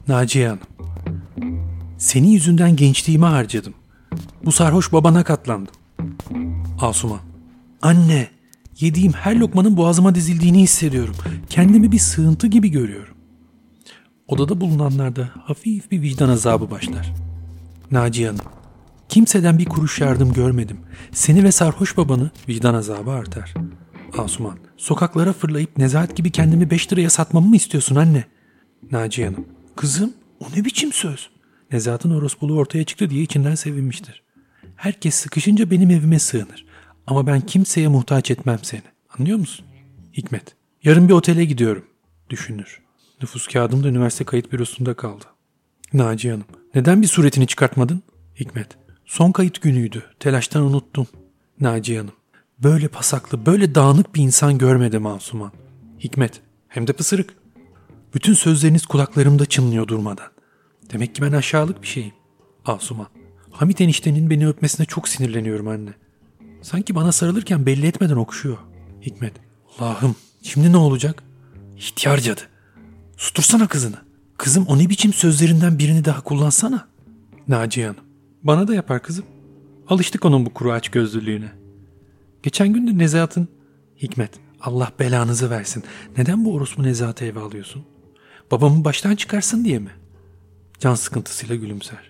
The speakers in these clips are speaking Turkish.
Naciye Hanım. Senin yüzünden gençliğimi harcadım. Bu sarhoş babana katlandım. Asuman. Anne, yediğim her lokmanın boğazıma dizildiğini hissediyorum. Kendimi bir sığıntı gibi görüyorum. Odada bulunanlarda hafif bir vicdan azabı başlar. Naciye Hanım. Kimseden bir kuruş yardım görmedim. Seni ve sarhoş babanı vicdan azabı artar. Asuman. Sokaklara fırlayıp Nezahat gibi kendimi 5 liraya satmamı mı istiyorsun anne? Naciye Hanım. Kızım, o ne biçim söz? Nezahat'ın orospuluğu ortaya çıktı diye içinden sevinmiştir. Herkes sıkışınca benim evime sığınır. Ama ben kimseye muhtaç etmem seni. Anlıyor musun? Hikmet. Yarın bir otele gidiyorum. Düşünür. Nüfus kağıdım da üniversite kayıt bürosunda kaldı. Naciye Hanım. Neden bir suretini çıkartmadın? Hikmet. Son kayıt günüydü. Telaştan unuttum. Naciye Hanım. Böyle pasaklı, böyle dağınık bir insan görmedim Asuman. Hikmet. Hem de pısırık. Bütün sözleriniz kulaklarımda çınlıyor durmadan. Demek ki ben aşağılık bir şeyim. Asuman. Hamit eniştenin beni öpmesine çok sinirleniyorum anne. Sanki bana sarılırken belli etmeden okşuyor. Hikmet. Allah'ım, şimdi ne olacak? İhtiyar cadı. Sustursana kızını. Kızım, o ne biçim sözlerinden birini daha kullansana. Naciye Hanım. Bana da yapar kızım. Alıştık onun bu kuru aç gözlülüğüne. Geçen gün de Nezahat'ın... Hikmet. Allah belanızı versin. Neden bu orospu Nezahat'ı eve alıyorsun? Babamı baştan çıkarsın diye mi? Can sıkıntısıyla gülümser.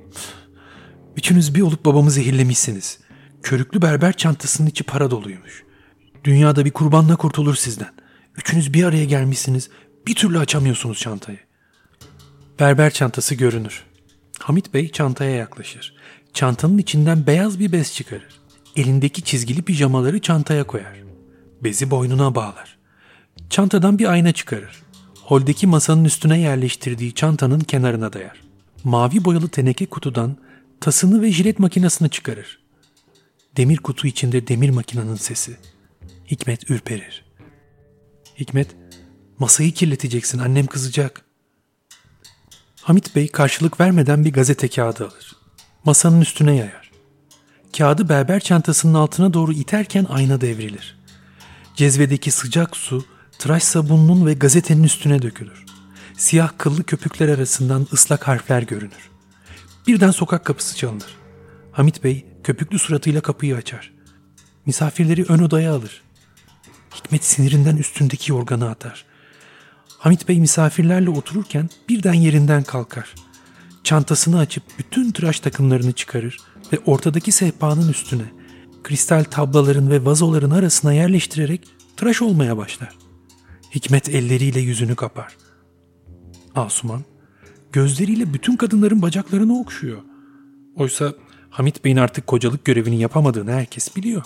Üçünüz bir olup babamı zehirlemişsiniz. Körüklü berber çantasının içi para doluymuş. Dünyada bir kurbanla kurtulur sizden. Üçünüz bir araya gelmişsiniz. Bir türlü açamıyorsunuz çantayı. Berber çantası görünür. Hamit Bey çantaya yaklaşır. Çantanın içinden beyaz bir bez çıkarır. Elindeki çizgili pijamaları çantaya koyar. Bezi boynuna bağlar. Çantadan bir ayna çıkarır. Holdeki masanın üstüne yerleştirdiği çantanın kenarına dayar. Mavi boyalı teneke kutudan tasını ve jilet makinesini çıkarır. Demir kutu içinde demir makinenin sesi. Hikmet ürperir. Hikmet, masayı kirleteceksin, annem kızacak. Hamit Bey karşılık vermeden bir gazete kağıdı alır. Masanın üstüne yayar. Kağıdı berber çantasının altına doğru iterken ayna devrilir. Cezvedeki sıcak su tıraş sabununun ve gazetenin üstüne dökülür. Siyah kıllı köpükler arasından ıslak harfler görünür. Birden sokak kapısı çalınır. Hamit Bey köpüklü suratıyla kapıyı açar. Misafirleri ön odaya alır. Hikmet sinirinden üstündeki yorganı atar. Hamit Bey misafirlerle otururken birden yerinden kalkar. Çantasını açıp bütün tıraş takımlarını çıkarır ve ortadaki sehpanın üstüne kristal tablaların ve vazoların arasına yerleştirerek tıraş olmaya başlar. Hikmet elleriyle yüzünü kapar. Asuman gözleriyle bütün kadınların bacaklarını okşuyor. Oysa Hamit Bey'in artık kocalık görevini yapamadığını herkes biliyor.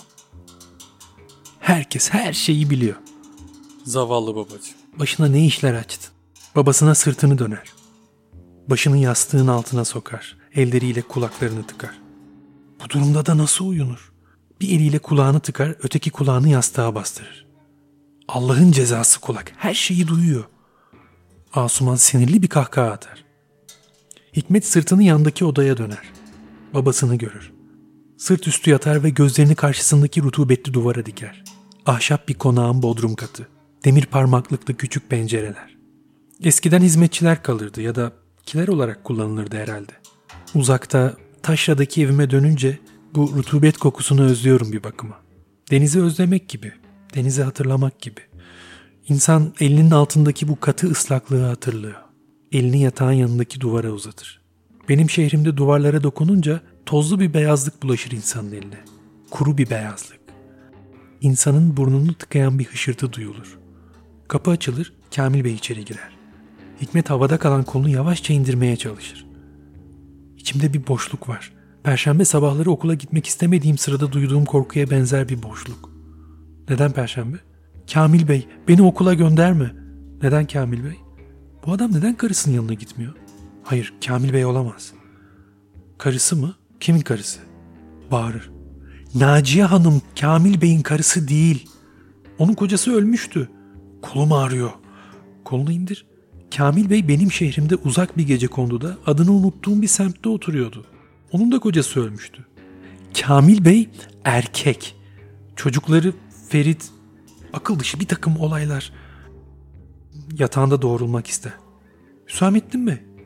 Herkes her şeyi biliyor. Zavallı babacığım. Başına ne işler açtı. Babasına sırtını döner. Başını yastığın altına sokar. Elleriyle kulaklarını tıkar. Bu durumda da nasıl uyunur? Bir eliyle kulağını tıkar, öteki kulağını yastığa bastırır. Allah'ın cezası kulak. Her şeyi duyuyor. Asuman sinirli bir kahkaha atar. Hikmet sırtını yandaki odaya döner. Babasını görür. Sırt üstü yatar ve gözlerini karşısındaki rutubetli duvara diker. Ahşap bir konağın bodrum katı. Demir parmaklıklı küçük pencereler. Eskiden hizmetçiler kalırdı ya da kiler olarak kullanılırdı herhalde. Uzakta taşradaki evime dönünce bu rutubet kokusunu özlüyorum bir bakıma. Denizi özlemek gibi, denizi hatırlamak gibi. İnsan elinin altındaki bu katı ıslaklığı hatırlıyor. Elini yatağın yanındaki duvara uzatır. Benim şehrimde duvarlara dokununca tozlu bir beyazlık bulaşır insanın eline. Kuru bir beyazlık. İnsanın burnunu tıkayan bir hışırtı duyulur. Kapı açılır, Kamil Bey içeri girer. Hikmet havada kalan kolunu yavaşça indirmeye çalışır. İçimde bir boşluk var. Perşembe sabahları okula gitmek istemediğim sırada duyduğum korkuya benzer bir boşluk. Neden Perşembe? Kamil Bey, beni okula gönderme. Neden Kamil Bey? Bu adam neden karısının yanına gitmiyor? Hayır, Kamil Bey olamaz. Karısı mı? Kimin karısı? Bağırır. Naciye Hanım, Kamil Bey'in karısı değil. Onun kocası ölmüştü. Kolum ağrıyor. Kolunu indir. Kamil Bey benim şehrimde uzak bir gecekonduda adını unuttuğum bir semtte oturuyordu. Onun da kocası ölmüştü. Kamil Bey erkek. Çocukları Ferit, akıl dışı bir takım olaylar. Yatağında doğrulmak ister. Hüsamettin Bey,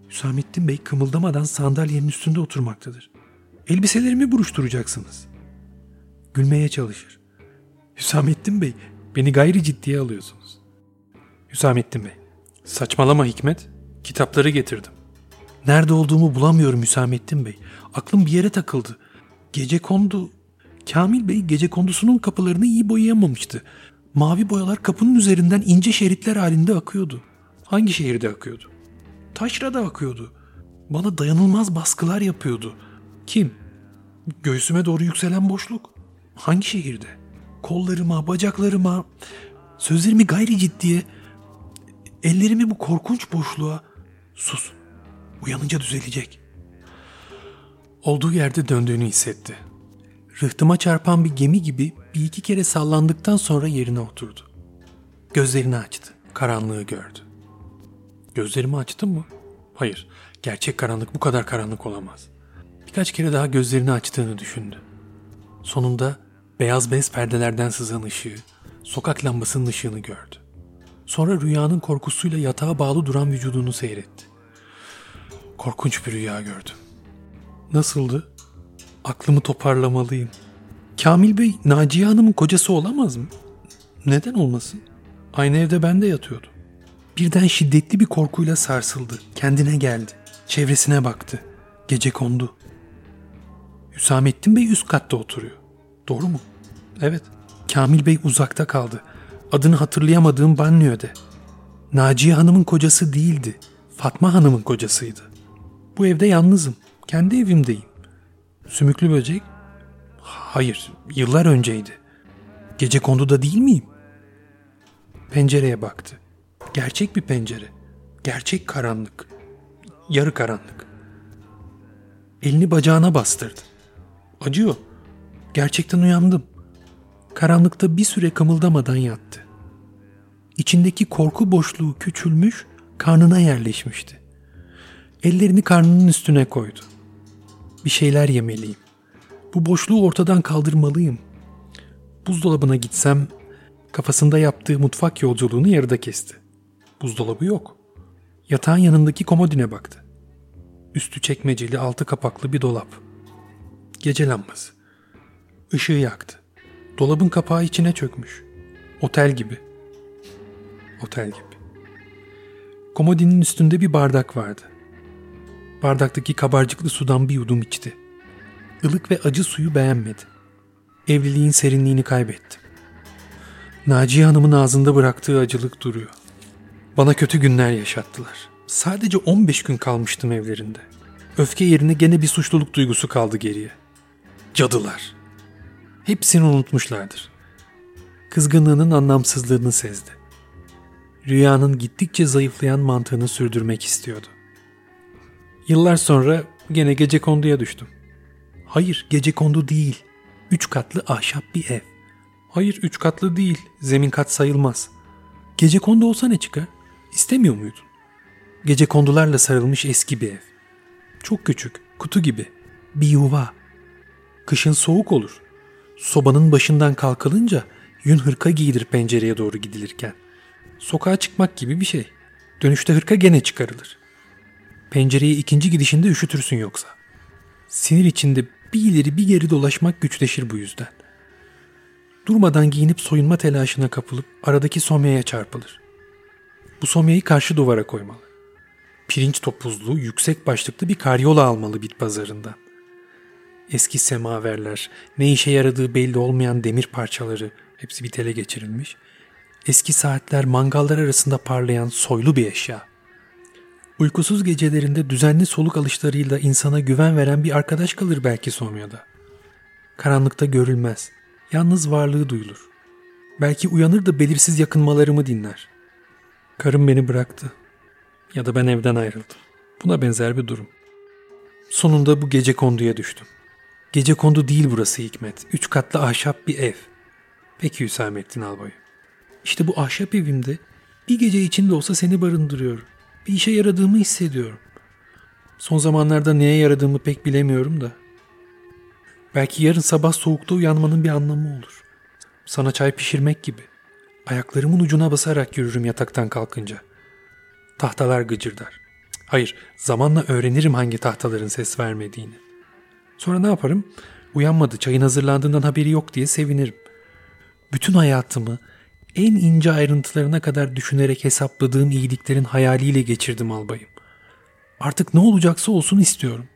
Hüsamettin Bey kımıldamadan sandalyenin üstünde oturmaktadır. Elbiselerimi buruşturacaksınız. Gülmeye çalışır. Hüsamettin Bey, beni gayri ciddiye alıyorsunuz. Hüsamettin Bey, saçmalama Hikmet. Kitapları getirdim. Nerede olduğumu bulamıyorum Hüsamettin Bey. Aklım bir yere takıldı. Gecekondu. Kamil Bey gecekondusunun kapılarını iyi boyayamamıştı. Mavi boyalar kapının üzerinden ince şeritler halinde akıyordu. Hangi şehirde akıyordu? Taşra'da akıyordu. Bana dayanılmaz baskılar yapıyordu. Kim? Göğsüme doğru yükselen boşluk. Hangi şehirde? Kollarıma, bacaklarıma, sözlerimi gayri ciddiye, ellerimi bu korkunç boşluğa. Sus, uyanınca düzelecek. Olduğu yerde döndüğünü hissetti. Rıhtıma çarpan bir gemi gibi bir iki kere sallandıktan sonra yerine oturdu. Gözlerini açtı, karanlığı gördü. Gözlerimi açtım mı? Hayır, gerçek karanlık bu kadar karanlık olamaz. Birkaç kere daha gözlerini açtığını düşündü. Sonunda beyaz bez perdelerden sızan ışığı, sokak lambasının ışığını gördü. Sonra rüyanın korkusuyla yatağa bağlı duran vücudunu seyretti. Korkunç bir rüya gördüm. Nasıldı? Aklımı toparlamalıyım. Kamil Bey, Naciye Hanım'ın kocası olamaz mı? Neden olmasın? Aynı evde ben de yatıyordum. Birden şiddetli bir korkuyla sarsıldı. Kendine geldi. Çevresine baktı. Gecekondu. Hüsamettin Bey üst katta oturuyor. Doğru mu? Evet. Kamil Bey uzakta kaldı. Adını hatırlayamadığım banliyöde. Naciye Hanım'ın kocası değildi. Fatma Hanım'ın kocasıydı. Bu evde yalnızım. Kendi evimdeyim. Sümüklü böcek? Hayır, yıllar önceydi. Gecekonduda değil miyim? Pencereye baktı. Gerçek bir pencere. Gerçek karanlık. Yarı karanlık. Elini bacağına bastırdı. Acıyor. Gerçekten uyandım. Karanlıkta bir süre kımıldamadan yattı. İçindeki korku boşluğu küçülmüş, karnına yerleşmişti. Ellerini karnının üstüne koydu. Bir şeyler yemeliyim. Bu boşluğu ortadan kaldırmalıyım. Buzdolabına gitsem, kafasında yaptığı mutfak yolculuğunu yarıda kesti. Buzdolabı yok. Yatağın yanındaki komodine baktı. Üstü çekmeceli, altı kapaklı bir dolap. Gece lambası. Işığı yaktı. Dolabın kapağı içine çökmüş. Otel gibi. Otel gibi. Komodinin üstünde bir bardak vardı. Bardaktaki kabarcıklı sudan bir yudum içti. Ilık ve acı suyu beğenmedi. Evliliğin serinliğini kaybetti. Naciye Hanım'ın ağzında bıraktığı acılık duruyor. Bana kötü günler yaşattılar. Sadece 15 gün kalmıştım evlerinde. Öfke yerine gene bir suçluluk duygusu kaldı geriye. Cadılar. Hepsini unutmuşlardır. Kızgınlığının anlamsızlığını sezdi. Rüyanın gittikçe zayıflayan mantığını sürdürmek istiyordu. Yıllar sonra gene gecekonduya düştüm. Hayır, gecekondu değil. 3 katlı ahşap bir ev. Hayır, 3 katlı değil. Zemin kat sayılmaz. Gecekondu olsa ne çıkar? İstemiyor muydun? Gecekondularla sarılmış eski bir ev. Çok küçük, kutu gibi. Bir yuva. Kışın soğuk olur. Sobanın başından kalkılınca yün hırka giyilir pencereye doğru gidilirken. Sokağa çıkmak gibi bir şey. Dönüşte hırka gene çıkarılır. Pencereye ikinci gidişinde üşütürsün yoksa. Sinir içinde bir ileri bir geri dolaşmak güçleşir bu yüzden. Durmadan giyinip soyunma telaşına kapılıp aradaki somyaya çarpılır. Bu somyayı karşı duvara koymalı. Pirinç topuzlu, yüksek başlıklı bir karyola almalı bit pazarından. Eski semaverler, ne işe yaradığı belli olmayan demir parçaları hepsi bir tele geçirilmiş. Eski saatler mangallar arasında parlayan soylu bir eşya. Uykusuz gecelerinde düzenli soluk alışlarıyla insana güven veren bir arkadaş kalır belki somyada. Karanlıkta görülmez, yalnız varlığı duyulur. Belki uyanır da belirsiz yakınmalarımı dinler. Karım beni bıraktı. Ya da ben evden ayrıldım. Buna benzer bir durum. Sonunda bu gecekonduya düştüm. Gecekondu değil burası Hikmet. 3 katlı ahşap bir ev. Peki Hüsamettin Albayım. İşte bu ahşap evimde bir gece içinde olsa seni barındırıyorum. Bir işe yaradığımı hissediyorum. Son zamanlarda neye yaradığımı pek bilemiyorum da. Belki yarın sabah soğukta uyanmanın bir anlamı olur. Sana çay pişirmek gibi. Ayaklarımın ucuna basarak yürürüm yataktan kalkınca. Tahtalar gıcırdar. Hayır, zamanla öğrenirim hangi tahtaların ses vermediğini. Sonra ne yaparım? Uyanmadı, çayın hazırlandığından haberi yok diye sevinirim. Bütün hayatımı en ince ayrıntılarına kadar düşünerek hesapladığım iyiliklerin hayaliyle geçirdim albayım. Artık ne olacaksa olsun istiyorum.